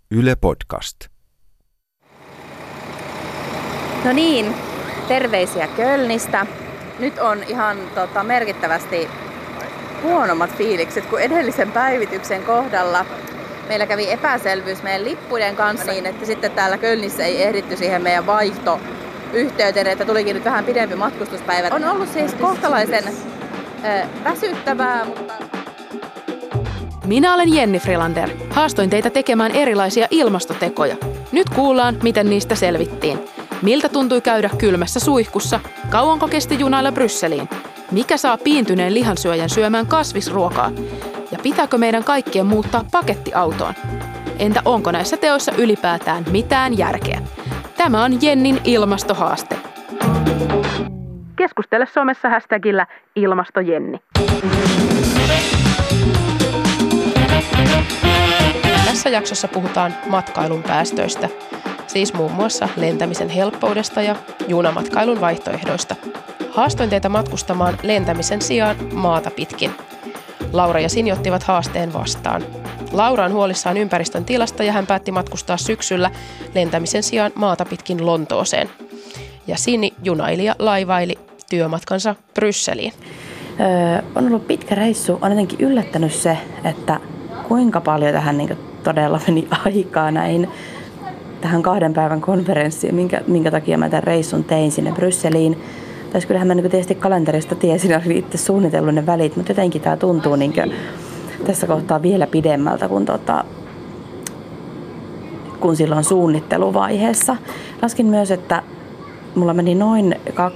Yle Podcast. No niin, terveisiä Kölnistä. Nyt on ihan merkittävästi huonommat fiilikset kuin edellisen päivityksen kohdalla. Meillä kävi epäselvyys meidän lippujen kanssa niin, että sitten täällä Kölnissä ei ehditty siihen meidän vaihtoyhteyteen, että tulikin nyt vähän pidempi matkustuspäivä. On ollut siis kohtalaisen väsyttävää, mutta... Minä olen Jenni Frilander. Haastoin teitä tekemään erilaisia ilmastotekoja. Nyt kuullaan, miten niistä selvittiin. Miltä tuntui käydä kylmässä suihkussa? Kauanko kesti junailla Brysseliin? Mikä saa piintyneen lihansyöjän syömään kasvisruokaa? Ja pitääkö meidän kaikkien muuttaa pakettiautoon? Entä onko näissä teoissa ylipäätään mitään järkeä? Tämä on Jennin ilmastohaaste. Keskustele somessa hashtagillä ilmastojenni. Tässä jaksossa puhutaan matkailun päästöistä, siis muun muassa lentämisen helppoudesta ja junamatkailun vaihtoehdoista. Haastoin teitä matkustamaan lentämisen sijaan maata pitkin. Laura ja Sini ottivat haasteen vastaan. Laura on huolissaan ympäristön tilasta ja hän päätti matkustaa syksyllä lentämisen sijaan maata pitkin Lontooseen. Ja Sini junaili ja laivaili työmatkansa Brysseliin. On ollut pitkä reissu. On jotenkin yllättänyt se, että kuinka paljon tähän todella meni aikaa tähän 2 päivän konferenssiin, minkä takia mä tämän reissun tein sinne Brysseliin. Kyllähän mä tietysti kalenterista tiesin ja olin itse suunnitellut ne välit, mutta jotenkin tämä tuntuu tässä kohtaa vielä pidemmältä kun silloin suunnitteluvaiheessa. Laskin myös, että mulla meni noin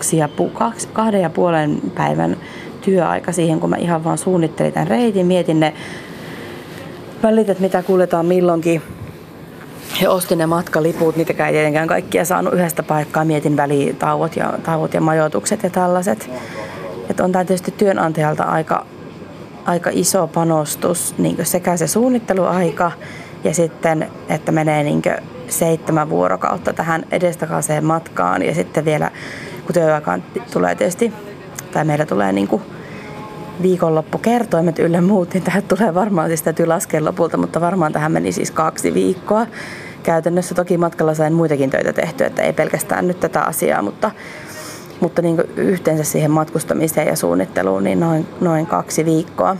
2,5 päivän työaika siihen, kun mä ihan vaan suunnittelin tämän reitin, mietin ne välit, että mitä kuljetaan milloinkin. Ja ostin ne matkaliput, niitäkään ei tietenkään kaikkia saanut yhdestä paikkaa. Mietin välitauot ja majoitukset ja tällaiset. Että on tämä tietysti työnantajalta aika iso panostus, sekä se suunnitteluaika ja sitten, että menee 7 vuorokautta tähän edestakaiseen matkaan. Ja sitten vielä, kun työaikaan tulee tietysti, tai meillä tulee viikonloppukertoimet yllä muut, niin tähän tulee varmaan, siis täytyy laskea lopulta, mutta varmaan tähän meni siis 2 viikkoa. Käytännössä toki matkalla sain muitakin töitä tehtyä, että ei pelkästään nyt tätä asiaa, mutta yhteensä siihen matkustamiseen ja suunnitteluun niin noin 2 viikkoa.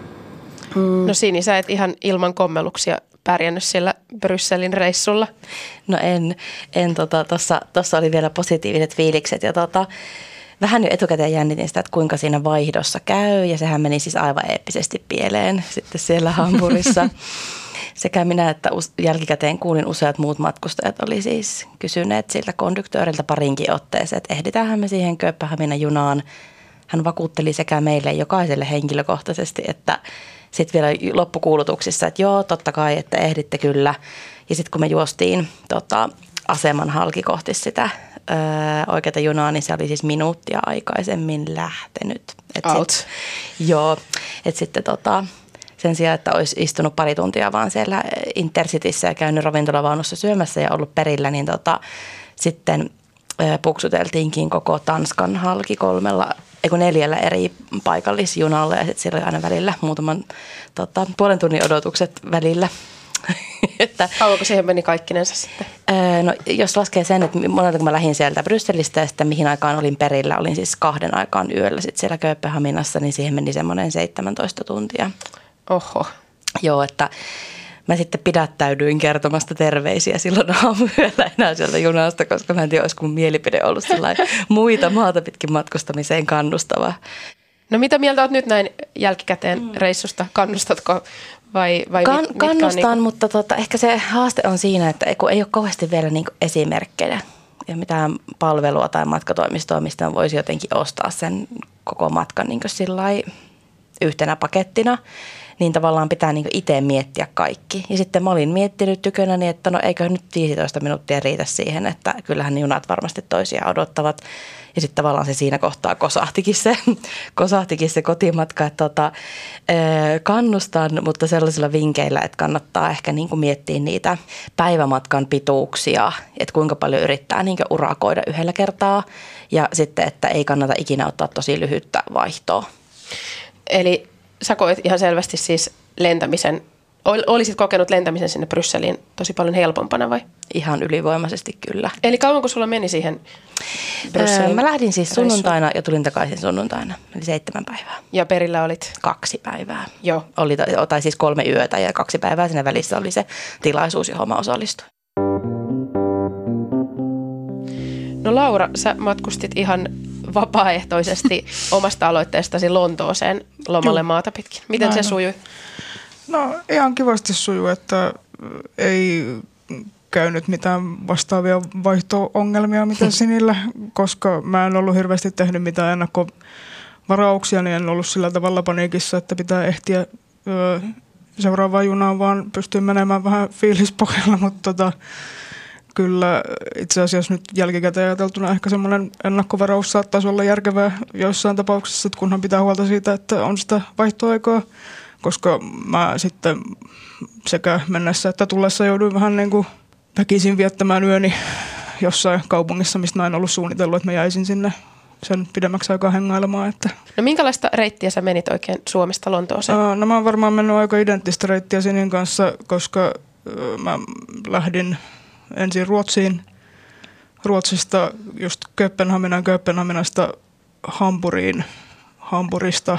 No Sini, sä et ihan ilman kommelluksia pärjännyt sillä Brysselin reissulla. No en tossa oli vielä positiiviset fiilikset ja vähän jo etukäteen jännitin sitä, että kuinka siinä vaihdossa käy, ja sehän meni siis aivan eeppisesti pieleen sitten siellä Hampurissa. Sekä minä että jälkikäteen kuulin useat muut matkustajat oli siis kysyneet siltä konduktööriltä parinkin otteeseen, että ehditäänhän me siihen Kööpenhaminan junaan. Hän vakuutteli sekä meille jokaiselle henkilökohtaisesti, että sitten vielä loppukuulutuksissa, että joo, totta kai, että ehditte kyllä. Ja sitten kun me juostiin aseman halki kohti sitä oikeata junaa, niin se oli siis minuuttia aikaisemmin lähtenyt. Joo, että sitten sen sijaan, että olisi istunut pari tuntia vaan siellä Intercityssä ja käynyt ravintolavaunussa syömässä ja ollut perillä, niin sitten puksuteltiinkin koko Tanskan halki 4 eri paikallisjunalla ja sitten siellä oli aina välillä muutaman puolen tunnin odotukset välillä. Kauanko siihen meni kaikkinensa sitten? No, jos laskee sen, että monelta kun mä lähdin sieltä Brysselistä ja sitten mihin aikaan olin perillä, olin siis 2 aikaan yöllä sitten siellä Kööpenhaminassa, niin siihen meni semmoinen 17 tuntia. Oho. Joo, että mä sitten pidättäydyin kertomasta terveisiä silloin aamuyöllä enää sieltä junasta, koska mä en tiedä, olisiko mun mielipide ollut muita maata pitkin matkustamiseen kannustava. No mitä mieltä olet nyt näin jälkikäteen reissusta? Kannustatko vai kannustan, mutta ehkä se haaste on siinä, että kun ei ole kauheasti vielä esimerkkejä ja mitään palvelua tai matkatoimistoa, mistä voisi jotenkin ostaa sen koko matkan yhtenä pakettina, niin tavallaan pitää itse miettiä kaikki. Ja sitten mä olin miettinyt tykönäni, että no eikö nyt 15 minuuttia riitä siihen, että kyllähän ne junat varmasti toisiaan odottavat. Ja sitten tavallaan se siinä kohtaa kosahtikin se kotimatka, että kannustan, mutta sellaisilla vinkkeillä, että kannattaa ehkä miettiä niitä päivämatkan pituuksia, että kuinka paljon yrittää urakoida yhdellä kertaa ja sitten, että ei kannata ikinä ottaa tosi lyhyttä vaihtoa. Eli sä koet ihan selvästi siis lentämisen Olisit kokenut lentämisen sinne Brysseliin tosi paljon helpompana vai? Ihan ylivoimaisesti kyllä. Eli kauanko sulla meni siihen Brysseliin? Mä lähdin siis sunnuntaina ja tulin takaisin sunnuntaina. Eli 7 päivää. Ja perillä olit? 2 päivää. Joo. Tai siis 3 yötä ja 2 päivää. Siinä välissä oli se tilaisuus, johon mä osallistuin. No Laura, sä matkustit ihan vapaaehtoisesti omasta aloitteestasi Lontooseen lomalle maata pitkin. Miten se sujui? No ihan kivasti sujui, että ei käynyt mitään vastaavia vaihto-ongelmia mitä sinillä, koska mä en ollut hirveästi tehnyt mitään ennakkovarauksia, niin en ollut sillä tavalla paniikissa, että pitää ehtiä seuraavaan junaan, vaan pystyin menemään vähän fiilispohjalla, mutta kyllä itse asiassa nyt jälkikäteen ajateltuna ehkä semmoinen ennakkovaraus saattaisi olla järkevää joissain tapauksissa, että kunhan pitää huolta siitä, että on sitä vaihtoaikaa, koska mä sitten sekä mennessä että tullessa jouduin vähän niin kuin väkisin viettämään yöni jossain kaupungissa, mistä mä en ollut suunnitellut, että mä jäisin sinne sen pidemmäksi aikaa hengailemaan. Että. No minkälaista reittiä sä menit oikein Suomesta Lontooseen? No mä oon varmaan mennyt aika identtistä reittiä Sinin kanssa, koska mä lähdin ensin Ruotsiin, Ruotsista just Kööpenhaminasta Hampuriin, Hampurista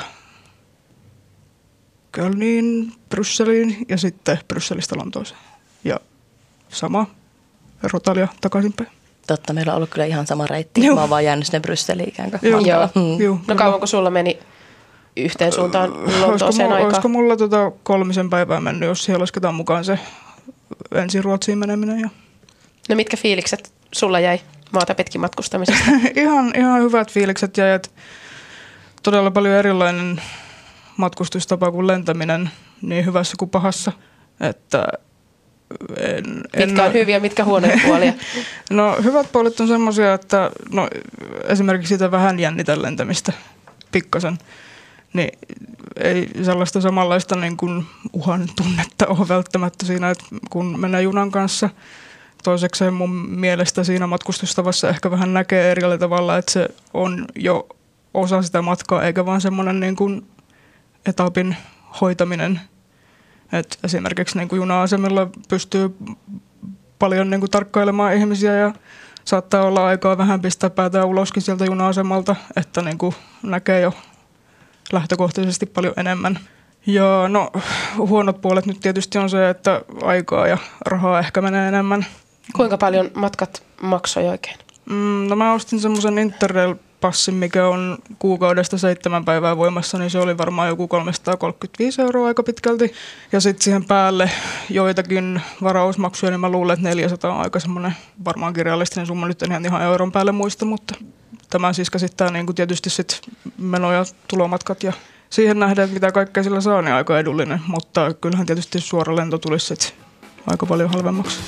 Kölniin, Brysseliin ja sitten Brysselistä Lontooseen. Ja sama rotalia takaisinpäin. Totta, meillä on ollut kyllä ihan sama reitti. Joo. Mä oon vaan jäänyt sinne Brysseliin ikään kuin. Joo. No kauanko sulla meni yhteen suuntaan Lontooseen aikaa? Olisiko mulla 3 päivää mennyt, jos siihen lasketaan mukaan se ensin Ruotsiin meneminen. Ja. No mitkä fiilikset sulla jäi maata pitkin matkustamisesta? ihan hyvät fiilikset jäi, että todella paljon erilainen matkustustapa kuin lentäminen niin hyvässä kuin pahassa. Että mitkä on hyviä, mitkä huonoja puolia? No hyvät puolet on semmoisia, että no, esimerkiksi sitä vähän jännitä lentämistä pikkasen. Niin ei sellaista samanlaista niin kuin uhan tunnetta ole välttämättä siinä, että kun mennään junan kanssa. Toisekseen mun mielestä siinä matkustustavassa ehkä vähän näkee eri tavalla, että se on jo osa sitä matkaa, eikä vaan semmoinen niin kuin etapin hoitaminen. Et esimerkiksi niin kuin juna-asemilla pystyy paljon niin kuin tarkkailemaan ihmisiä ja saattaa olla aikaa vähän pistää päätään uloskin sieltä juna-asemalta, että niin kuin näkee jo lähtökohtaisesti paljon enemmän. Ja no huonot puolet nyt tietysti on se, että aikaa ja rahaa ehkä menee enemmän. Kuinka paljon matkat maksoi oikein? No mä ostin semmoisen Interrail-passin, mikä on kuukaudesta 7 päivää voimassa, niin se oli varmaan joku 335 € aika pitkälti. Ja sitten siihen päälle joitakin varausmaksuja, niin mä luulen, että 400 on aika semmoinen varmaankin realistinen summa. Nyt en ihan euron päälle muista, mutta tämä siis käsittää niin kuin tietysti sit meno- ja tulomatkat ja siihen nähdään, että mitä kaikkea sillä saa, niin aika edullinen. Mutta kyllähän tietysti suora lento tulisi sit aika paljon halvemmaksi.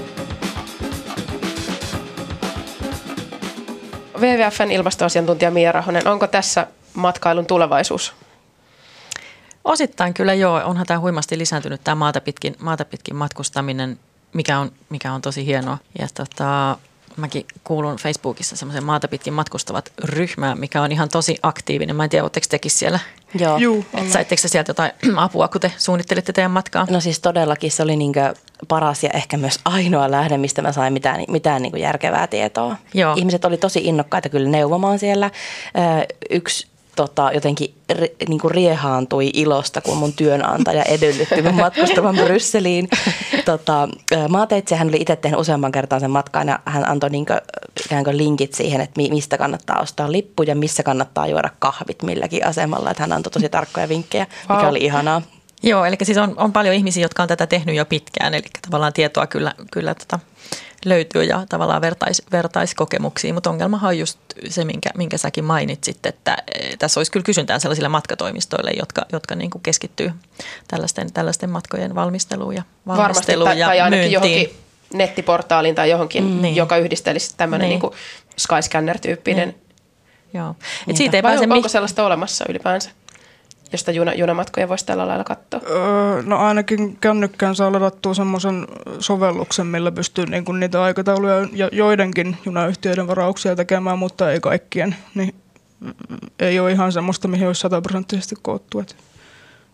WWF:n ilmastoasiantuntija Mia Rahonen, onko tässä matkailun tulevaisuus? Osittain kyllä joo. Onhan tämä huimasti lisääntynyt tämä maata pitkin matkustaminen, mikä on tosi hienoa. Ja mäkin kuulun Facebookissa semmoisen maata pitkin matkustavat ryhmään, mikä on ihan tosi aktiivinen. Mä en tiedä, oletteko tekin siellä? Joo. Saitteko te sieltä jotain apua, kun te suunnittelitte teidän matkaa? No siis todellakin se oli niinkö paras ja ehkä myös ainoa lähde, mistä mä sain mitään niinkö järkevää tietoa. Joo. Ihmiset oli tosi innokkaita kyllä neuvomaan siellä. Yksi jotenkin niinku riehaantui ilosta, kun mun työnantaja edellytti mun matkustavan Brysseliin. Maateitse hän oli itse tehnyt useamman kertaan sen matkaan ja hän antoi ikään kuin linkit siihen, että mistä kannattaa ostaa lippu ja missä kannattaa juoda kahvit milläkin asemalla. Että hän antoi tosi tarkkoja vinkkejä, mikä oli ihanaa. Joo, eli siis on paljon ihmisiä, jotka on tätä tehnyt jo pitkään, eli tavallaan tietoa kyllä löytyy ja tavallaan vertaiskokemuksia, mutta ongelmahan on just se, minkä säkin mainitsit, että tässä olisi kyllä kysyntää sellaisille matkatoimistoille, jotka niin kuin keskittyy tällaisten matkojen valmisteluun ja valmisteluun ja tai ainakin myyntiin. Johonkin nettiportaaliin tai johonkin, joka yhdistelisi tämmöinen niin kuin Skyscanner-tyyppinen. Joo. Et siitä ei pääse onko sellaista olemassa ylipäänsä, josta junamatkoja voisi tällä lailla katsoa? No ainakin kännykkään saa ladattua semmoisen sovelluksen, millä pystyy niinku niitä aikatauluja ja joidenkin junayhtiöiden varauksia tekemään, mutta ei kaikkien. Niin ei ole ihan semmoista, mihin olisi 100% koottu.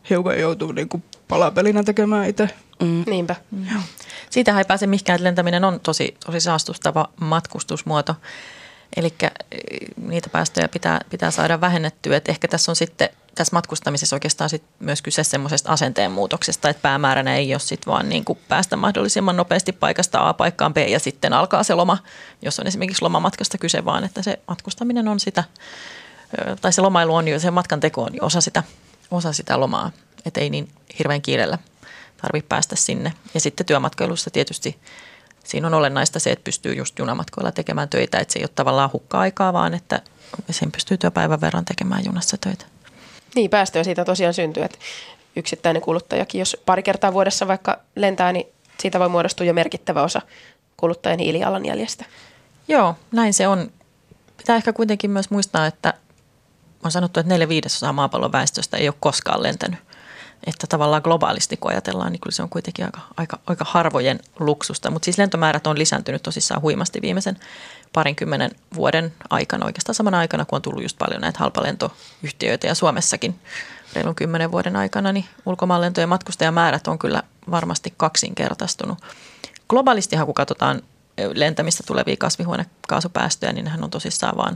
hiukan joutuu niin kuin palapelinä tekemään itse. Niinpä. Siitähän ei pääse mihinkään, että lentäminen on tosi saastustava matkustusmuoto. Eli niitä päästöjä pitää saada vähennettyä. Et ehkä tässä on sitten tässä matkustamisessa oikeastaan sit myös kyse semmoisesta asenteen muutoksesta, että päämääränä ei ole sitten vaan niin kuin päästä mahdollisimman nopeasti paikasta A paikkaan B ja sitten alkaa se loma, jos on esimerkiksi lomamatkasta kyse, vaan että se matkustaminen on sitä, tai se lomailu on jo, se matkan teko on jo osa sitä lomaa, että ei niin hirveän kiireellä tarvitse päästä sinne. Ja sitten työmatkailussa tietysti siinä on olennaista se, että pystyy just junamatkoilla tekemään töitä, että se ei ole tavallaan hukka-aikaa, vaan että sen pystyy työpäivän verran tekemään junassa töitä. Niin, päästöjä siitä tosiaan syntyy, että yksittäinen kuluttajakin, jos pari kertaa vuodessa vaikka lentää, niin siitä voi muodostua jo merkittävä osa kuluttajan hiilijalanjäljestä. Joo, näin se on. Pitää ehkä kuitenkin myös muistaa, että on sanottu, että 4/5 maapallon väestöstä ei ole koskaan lentänyt. Että tavallaan globaalisti, kun ajatellaan, niin kyllä se on kuitenkin aika harvojen luksusta. Mutta siis lentomäärät on lisääntynyt tosissaan huimasti viimeisen 20 vuoden aikana. Oikeastaan samana aikana, kun on tullut just paljon näitä halpalentoyhtiöitä ja Suomessakin reilun 10 vuoden aikana, niin ulkomaanlentojen matkustajamäärät on kyllä varmasti kaksinkertaistunut. Globaalistihan, kun katsotaan lentämistä tulevia kasvihuonekaasupäästöjä, niin nehän on tosissaan vain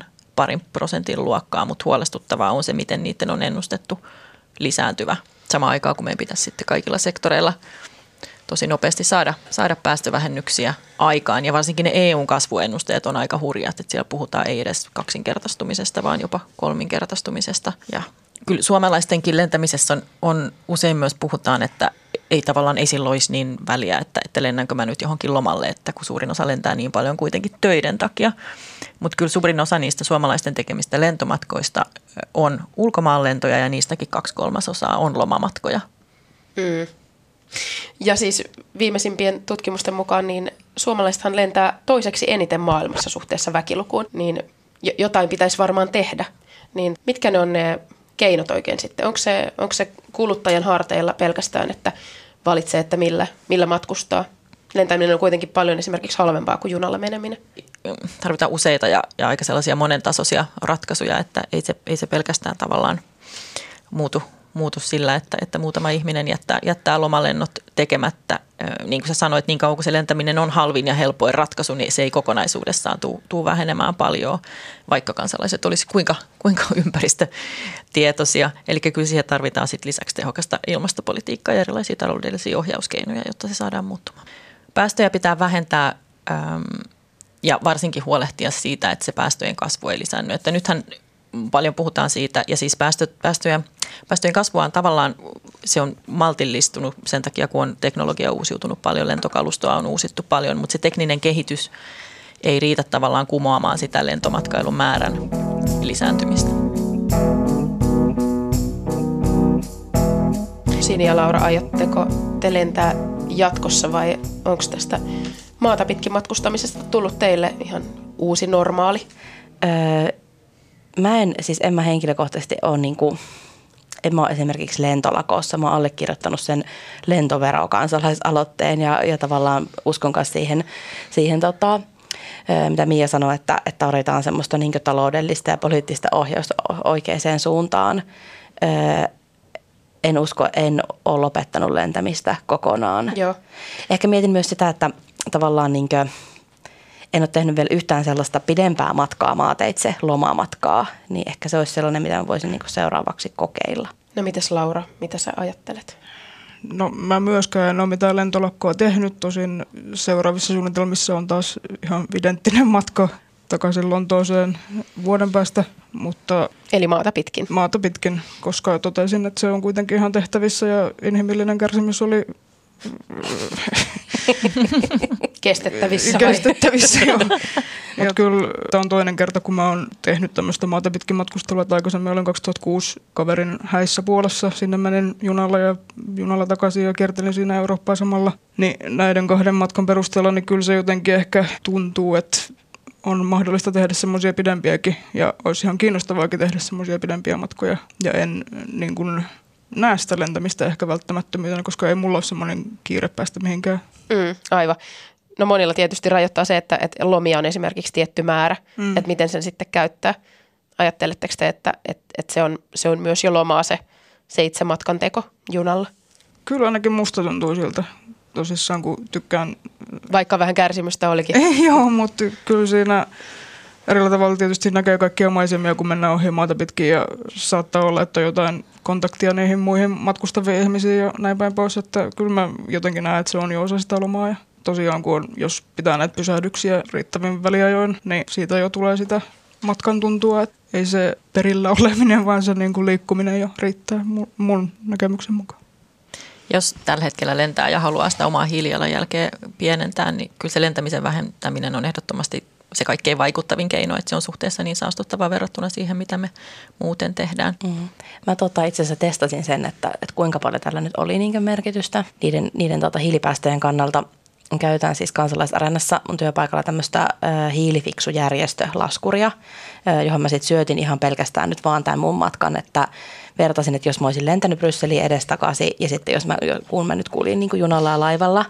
2% luokkaa, mutta huolestuttavaa on se, miten niiden on ennustettu lisääntyvä samaan aikaan, kun meidän pitäisi sitten kaikilla sektoreilla tosi nopeasti saada päästövähennyksiä aikaan. Ja varsinkin ne EUn kasvuennusteet on aika hurjat, että siellä puhutaan ei edes kaksinkertaistumisesta, vaan jopa kolminkertaistumisesta. Ja kyllä suomalaistenkin lentämisessä on usein myös puhutaan, että ei tavallaan ei silloin olisi niin väliä, että lennänkö mä nyt johonkin lomalle, että kun suurin osa lentää niin paljon kuitenkin töiden takia. Mutta kyllä suurin osa niistä suomalaisten tekemistä lentomatkoista on ulkomaanlentoja ja niistäkin 2/3 on lomamatkoja. Ja siis viimeisimpien tutkimusten mukaan niin suomalaisethan lentää toiseksi eniten maailmassa suhteessa väkilukuun, niin jotain pitäisi varmaan tehdä. Niin mitkä ne on ne keinot oikein sitten? Onko se kuluttajan harteilla pelkästään, että valitsee, että millä matkustaa? Lentäminen on kuitenkin paljon esimerkiksi halvempaa kuin junalla meneminen. Tarvitaan useita ja aika sellaisia monentasoisia ratkaisuja, että ei se pelkästään tavallaan muutu sillä, että muutama ihminen jättää lomalennot tekemätä. Niin kuin sä sanoit, niin kauan kuin se lentäminen on halvin ja helpoin ratkaisu, niin se ei kokonaisuudessaan tule vähenemään paljon, vaikka kansalaiset olisi kuinka ympäristötietoisia. Eli kyllä siihen tarvitaan sit lisäksi tehokasta ilmastopolitiikkaa ja erilaisia taloudellisia ohjauskeinoja, jotta se saadaan muuttumaan. Päästöjä pitää vähentää ja varsinkin huolehtia siitä, että se päästöjen kasvu ei lisäänny. Että nythän paljon puhutaan siitä ja siis päästöjen kasvua on tavallaan, se on maltillistunut sen takia, kun on teknologia uusiutunut paljon, lentokalustoa on uusittu paljon, mutta se tekninen kehitys ei riitä tavallaan kumoamaan sitä lentomatkailun määrän lisääntymistä. Sini ja Laura, aiotteko te lentää jatkossa vai onko tästä maata pitkin matkustamisesta tullut teille ihan uusi normaali? En mä henkilökohtaisesti ole en mä ole esimerkiksi lentolakossa. Mä oon allekirjoittanut sen lentovero-kansalaisaloitteen ja tavallaan uskon kanssa siihen mitä Mia sanoi, että tarvitaan semmoista niin taloudellista ja poliittista ohjausta oikeaan suuntaan. En ole lopettanut lentämistä kokonaan. Joo. Ehkä mietin myös sitä, että tavallaan en ole tehnyt vielä yhtään sellaista pidempää matkaa maateitse lomamatkaa, niin ehkä se olisi sellainen, mitä mä voisin seuraavaksi kokeilla. No mites Laura, mitä sä ajattelet? No mä myöskään en ole mitään lentolakkoa tehnyt, tosin seuraavissa suunnitelmissa on taas ihan identtinen matka takaisin Lontooseen vuoden päästä, mutta... Eli maata pitkin? Maata pitkin, koska totesin, että se on kuitenkin ihan tehtävissä ja inhimillinen kärsimys oli... Kestettävissä. Joo. Ja kyllä tämä on toinen kerta, kun mä oon tehnyt tämmöistä maata pitkin matkustelua, että aikaisemmin olin 2006 kaverin häissä Puolassa. Sinne menin junalla takaisin ja kiertelin siinä Eurooppaa samalla. Niin näiden 2 matkan perusteella niin kyllä se jotenkin ehkä tuntuu, että on mahdollista tehdä semmoisia pidempiäkin ja olisi ihan kiinnostavaakin tehdä semmoisia pidempiä matkoja. Ja en niin kuin näe sitä lentämistä ehkä välttämättömyytenä, koska ei mulla ole semmoinen kiire päästä mihinkään. Aivan. No monilla tietysti rajoittaa se, että lomia on esimerkiksi tietty määrä, että miten sen sitten käyttää. Ajatteletteko te, että se on myös jo lomaa se matkan teko junalla? Kyllä ainakin musta tuntuu siltä. Tosissaan kun tykkään... Vaikka vähän kärsimystä olikin. Ei joo, mutta kyllä siinä erillä tavalla tietysti näkee kaikkia maisemia, kun mennään ohi maata pitkin ja saattaa olla, että on jotain kontaktia niihin muihin matkustaviin ihmisiin ja näin päin pois. Että kyllä mä jotenkin näen, että se on jo osa sitä lomaa ja tosiaan jos pitää näitä pysähdyksiä riittävin väliajoin, niin siitä jo tulee sitä matkan tuntua, että ei se perillä oleminen, vaan se niin kuin liikkuminen jo riittää mun näkemyksen mukaan. Jos tällä hetkellä lentää ja haluaa sitä omaa hiilijalanjälkeä pienentää, niin kyllä se lentämisen vähentäminen on ehdottomasti se kaikkein vaikuttavin keino, että se on suhteessa niin saastuttavaa verrattuna siihen, mitä me muuten tehdään. Mä itse asiassa testasin sen, että kuinka paljon tällä nyt oli niinkö merkitystä niiden hiilipäästöjen kannalta. Käytän siis Kansalaisareenassa mun työpaikalla tämmöistä hiilifiksu-järjestölaskuria, johon mä sitten syötin ihan pelkästään nyt vaan tämän mun matkan, että vertasin, että jos mä olisin lentänyt Brysseliin edestakaisin ja sitten kun mä nyt kuulin niin kuin junalla ja laivalla,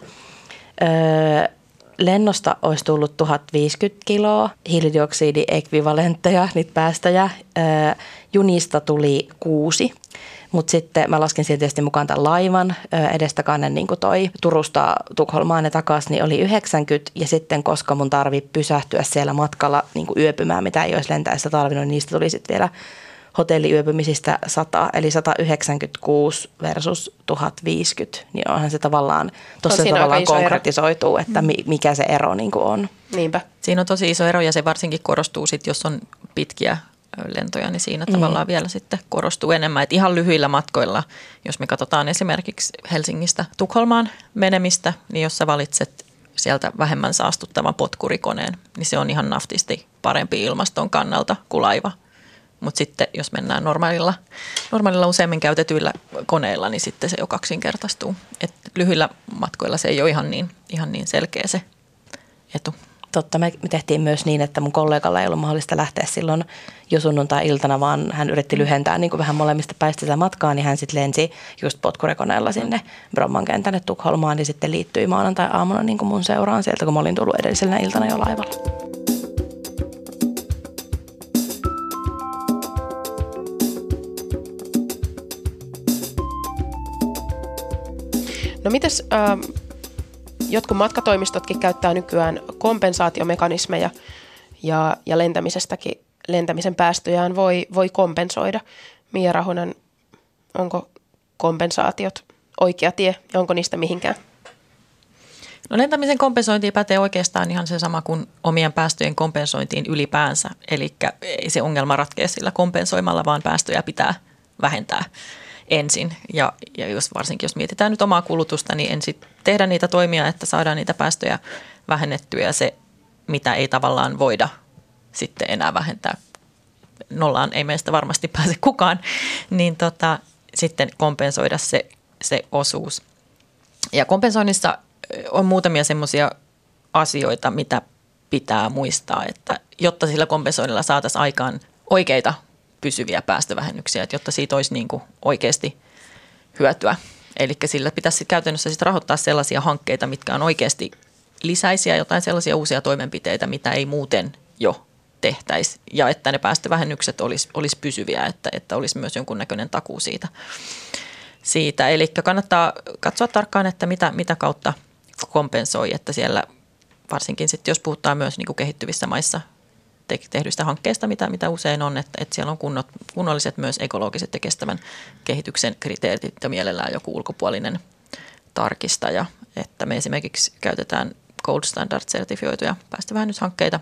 lennosta olisi tullut 1050 kiloa hiilidioksidi-ekvivalentteja, niitä päästöjä, junista tuli 6. Mutta sitten mä laskin sieltä tietysti mukaan tämän laivan edestakainen niin kuin toi Turusta Tukholmaan ja takaisin, niin oli 90. Ja sitten koska mun tarvii pysähtyä siellä matkalla niin kuin yöpymään, mitä ei olisi lentäessä tarvinnut, niin niistä tuli sitten vielä hotelliyöpymisistä 100, eli 196 versus 1050. Niin onhan se tavallaan, tuossa tavallaan konkretisoituu, että mikä se ero niin kuin on. Niinpä. Siinä on tosi iso ero ja se varsinkin korostuu sitten, jos on pitkiä lentoja, niin siinä tavallaan vielä sitten korostuu enemmän. Että ihan lyhyillä matkoilla, jos me katsotaan esimerkiksi Helsingistä Tukholmaan menemistä, niin jos sä valitset sieltä vähemmän saastuttavan potkurikoneen, niin se on ihan naftisti parempi ilmaston kannalta kuin laiva. Mutta sitten jos mennään normaalilla useammin käytetyillä koneilla, niin sitten se jo kaksinkertaistuu. Et lyhyillä matkoilla se ei ole ihan niin selkeä se etu. Totta, me tehtiin myös niin, että mun kollegalla ei ollut mahdollista lähteä silloin jo sunnuntai-iltana, vaan hän yritti lyhentää niin kuin vähän molemmista päistä sitä matkaa, niin hän sitten lensi just potkurikoneella sinne Bromman kentälle Tukholmaan ja sitten liittyi maanantai-aamuna niin kuin mun seuraan sieltä, kun mä olin tullut edellisenä iltana jo laivalla. No mites jotkut matkatoimistotkin käyttää nykyään kompensaatiomekanismeja ja lentämisen päästöjään voi kompensoida. Mia Rahonen, onko kompensaatiot oikea tie ja onko niistä mihinkään? No lentämisen kompensointiin pätee oikeastaan ihan se sama kuin omien päästöjen kompensointiin ylipäänsä. Eli ei se ongelma ratkea sillä kompensoimalla, vaan päästöjä pitää vähentää ensin. Ja varsinkin jos mietitään nyt omaa kulutusta, niin ensin tehdä niitä toimia, että saadaan niitä päästöjä vähennettyä ja se, mitä ei tavallaan voida sitten enää vähentää. Nollaan ei meistä varmasti pääse kukaan, niin sitten kompensoida se osuus. Ja kompensoinnissa on muutamia semmoisia asioita, mitä pitää muistaa, että jotta sillä kompensoinnilla saataisiin aikaan oikeita pysyviä päästövähennyksiä, että jotta siitä olisi niin kuin oikeasti hyötyä. Eli sillä pitäisi käytännössä sitten rahoittaa sellaisia hankkeita, mitkä on oikeasti lisäisiä, jotain sellaisia uusia toimenpiteitä, mitä ei muuten jo tehtäisi. Ja että ne päästövähennykset olisi pysyviä, että olisi myös jonkunnäköinen takuu siitä. Eli kannattaa katsoa tarkkaan, että mitä kautta kompensoi, että siellä varsinkin sitten, jos puhutaan myös niin kuin kehittyvissä maissa tehdyistä hankkeista, mitä usein on, että siellä on kunnolliset myös ekologiset ja kestävän kehityksen kriteerit ja mielellään joku ulkopuolinen tarkistaja, että me esimerkiksi käytetään Gold Standard-sertifioituja päästövähennyshankkeita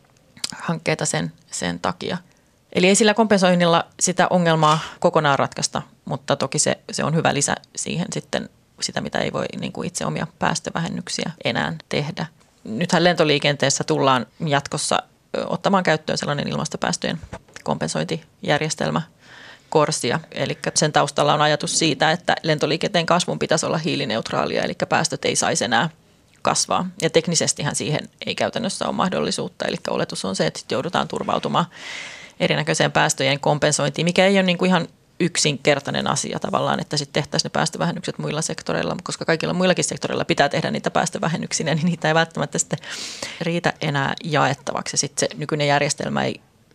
sen takia. Eli ei sillä kompensoinnilla sitä ongelmaa kokonaan ratkaista, mutta toki se on hyvä lisä siihen sitten sitä, mitä ei voi niin kuin itse omia päästövähennyksiä enää tehdä. Nythän lentoliikenteessä tullaan jatkossa ottamaan käyttöön sellainen ilmastopäästöjen kompensointijärjestelmä Corsia. Eli sen taustalla on ajatus siitä, että lentoliikenteen kasvun pitäisi olla hiilineutraalia, eli päästöt ei saisi enää kasvaa. Ja teknisestihän siihen ei käytännössä ole mahdollisuutta, eli oletus on se, että joudutaan turvautumaan erinäköiseen päästöjen kompensointiin, mikä ei ole niin kuin ihan yksinkertainen asia tavallaan, että sitten tehtäisiin ne päästövähennykset muilla sektoreilla, koska kaikilla muillakin sektoreilla pitää tehdä niitä päästövähennyksiä, niin niitä ei välttämättä sitten riitä enää jaettavaksi. Sitten se nykyinen järjestelmä ei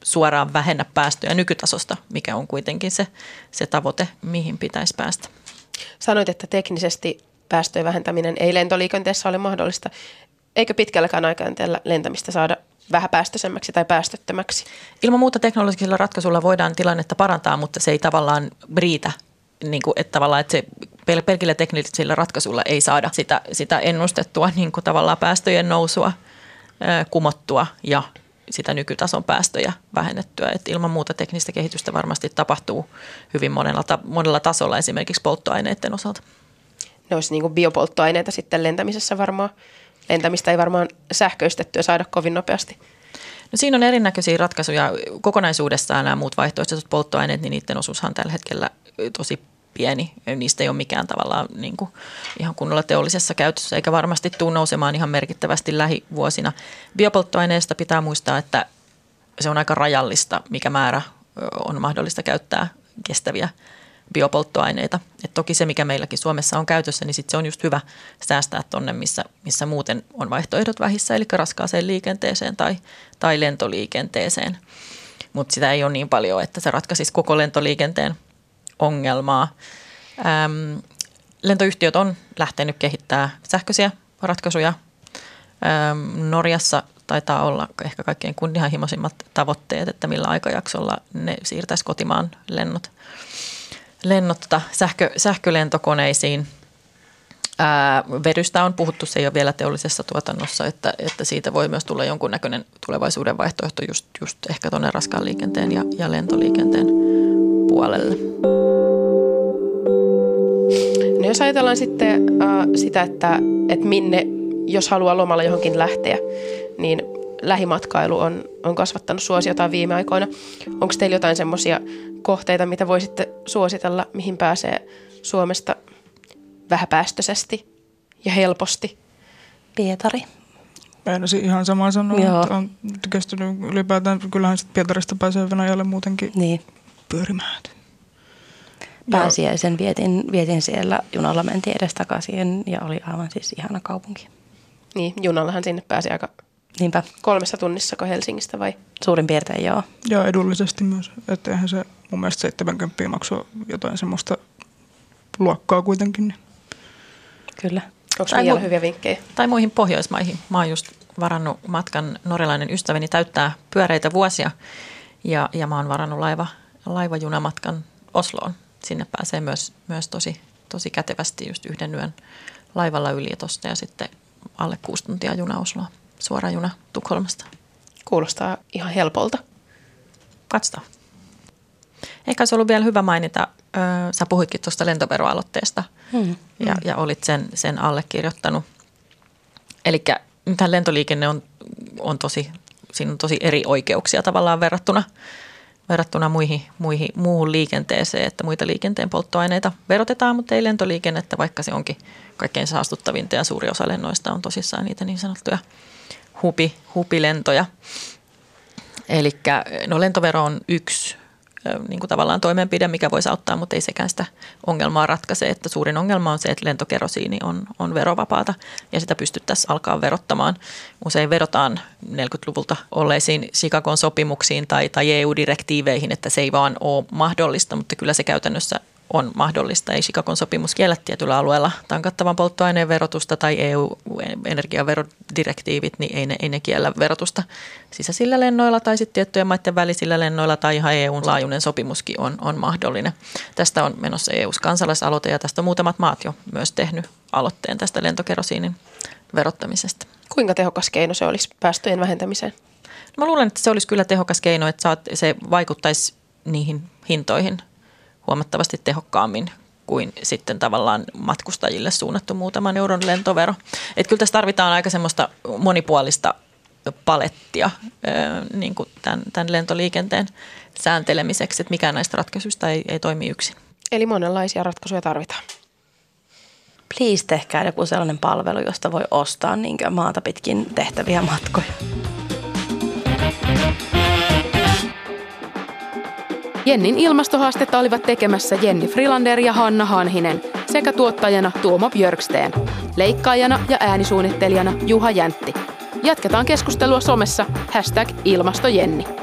suoraan vähennä päästöjä nykytasosta, mikä on kuitenkin se tavoite, mihin pitäisi päästä. Sanoit, että teknisesti päästöjen vähentäminen ei lentoliikenteessä ole mahdollista. Eikö pitkälläkään aikajänteellä lentämistä saada vähäpäästöisemmäksi tai päästöttömäksi? Ilman muuta teknologisilla ratkaisuilla voidaan tilannetta parantaa, mutta se ei tavallaan riitä, niin kuin, että se pelkillä teknisillä ratkaisuilla ei saada sitä ennustettua niin kuin tavallaan päästöjen nousua kumottua ja sitä nykytason päästöjä vähennettyä. Et ilman muuta teknistä kehitystä varmasti tapahtuu hyvin monella tasolla, esimerkiksi polttoaineiden osalta. Ne olisi niin kuin biopolttoaineita sitten lentämisessä varmaan. Lentämistä ei varmaan sähköistettyä saada kovin nopeasti. No siinä on erinäköisiä ratkaisuja. Kokonaisuudessaan nämä muut vaihtoehtoiset polttoaineet, niin niiden osuushan on tällä hetkellä tosi pieni. Niistä ei ole mikään tavallaan niin kuin ihan kunnolla teollisessa käytössä, eikä varmasti tule nousemaan ihan merkittävästi lähivuosina. Biopolttoaineesta pitää muistaa, että se on aika rajallista, mikä määrä on mahdollista käyttää kestäviä biopolttoaineita. Et toki se, mikä meilläkin Suomessa on käytössä, niin sit se on just hyvä säästää tonne, missä muuten on vaihtoehdot vähissä, eli raskaaseen liikenteeseen tai lentoliikenteeseen. Mutta sitä ei ole niin paljon, että se ratkaisisi koko lentoliikenteen ongelmaa. Lentoyhtiöt on lähtenyt kehittämään sähköisiä ratkaisuja. Norjassa taitaa olla ehkä kaikkein kunnianhimoisimmat tavoitteet, että millä aikajaksolla ne siirtäisi kotimaan lennot sähkölentokoneisiin. Vedystä on puhuttu, se ei ole vielä teollisessa tuotannossa, että siitä voi myös tulla jonkunnäköinen tulevaisuuden vaihtoehto just ehkä tuonne raskaan liikenteen ja lentoliikenteen puolelle. No jos ajatellaan sitten sitä, että minne, jos haluaa lomalla johonkin lähteä, niin lähimatkailu on kasvattanut suosiotaan viime aikoina. Onko teillä jotain semmoisia kohteita, mitä voisitte suositella, mihin pääsee Suomesta vähäpäästöisesti ja helposti? Pietari. Meinasin ihan samaa sanoa, että on kestänyt ylipäätään. Kyllähän sitten Pietarista pääsee Venäjälle muutenkin pyörimään. Pääsiäisen vietin siellä, junalla mentiin edestakaisin ja oli aivan siis ihana kaupunki. Niin, junallahan sinne pääsi aika 3 tunnissako Helsingistä vai? Suurin piirtein joo. Ja edullisesti myös, että eihän se mun mielestä 70 maksua jotain semmoista luokkaa kuitenkin. Niin. Kyllä. Onko vielä hyviä vinkkejä? Tai muihin Pohjoismaihin. Mä oon just varannut matkan, norjalainen ystäväni täyttää pyöreitä vuosia ja mä oon varannut laivajunamatkan Osloon. Sinne pääsee myös tosi kätevästi just 1 yön laivalla yli tosta ja sitten alle 6 tuntia juna Osloa. Suora juna Tukholmasta. Kuulostaa ihan helpolta. Katsotaan. Eikä se ollut vielä hyvä mainita, sä puhuitkin tuosta lentoveroaloitteesta ja olit sen allekirjoittanut. Eli nythän lentoliikenne on siinä on tosi eri oikeuksia tavallaan verrattuna muuhun liikenteeseen, että muita liikenteen polttoaineita verotetaan, mutta ei lentoliikennettä, vaikka se onkin kaikkein saastuttavinta ja suuri osa lennoista on tosissaan niitä niin sanottuja hupilentoja. Eli lentovero on yksi niin kuin tavallaan toimenpide, mikä voisi auttaa, mutta ei sekään sitä ongelmaa ratkaise. Että suurin ongelma on se, että lentokerosiini on verovapaata ja sitä pystyttäisiin alkaa verottamaan. Usein vedotaan 40-luvulta olleisiin Chicagon sopimuksiin tai EU-direktiiveihin, että se ei vaan ole mahdollista, mutta kyllä se käytännössä on mahdollista. Ei Chicagon sopimus kiellä tietyllä alueella tankattavan polttoaineen verotusta tai EU-energiaverodirektiivit, niin ei ne kiellä verotusta sisäisillä lennoilla tai sitten tiettyjen maiden välisillä lennoilla tai ihan EU-laajuinen sopimuskin on mahdollinen. Tästä on menossa EU-kansalaisaloite ja tästä muutamat maat jo myös tehnyt aloitteen tästä lentokerosiinin verottamisesta. Kuinka tehokas keino se olisi päästöjen vähentämiseen? No, mä luulen, että se olisi kyllä tehokas keino, että se vaikuttaisi niihin hintoihin huomattavasti tehokkaammin kuin sitten tavallaan matkustajille suunnattu muutaman euron lentovero. Että kyllä tässä tarvitaan aika semmoista monipuolista palettia niin kuin tämän lentoliikenteen sääntelemiseksi, että mikään näistä ratkaisuista ei toimi yksin. Eli monenlaisia ratkaisuja tarvitaan. Please tehkää joku sellainen palvelu, josta voi ostaa niinkö maata pitkin tehtäviä matkoja. Jennin ilmastohaastetta olivat tekemässä Jenni Frilander ja Hanna Hanhinen sekä tuottajana Tuomo Björksteen, leikkaajana ja äänisuunnittelijana Juha Jäntti. Jatketaan keskustelua somessa #ilmastojenni.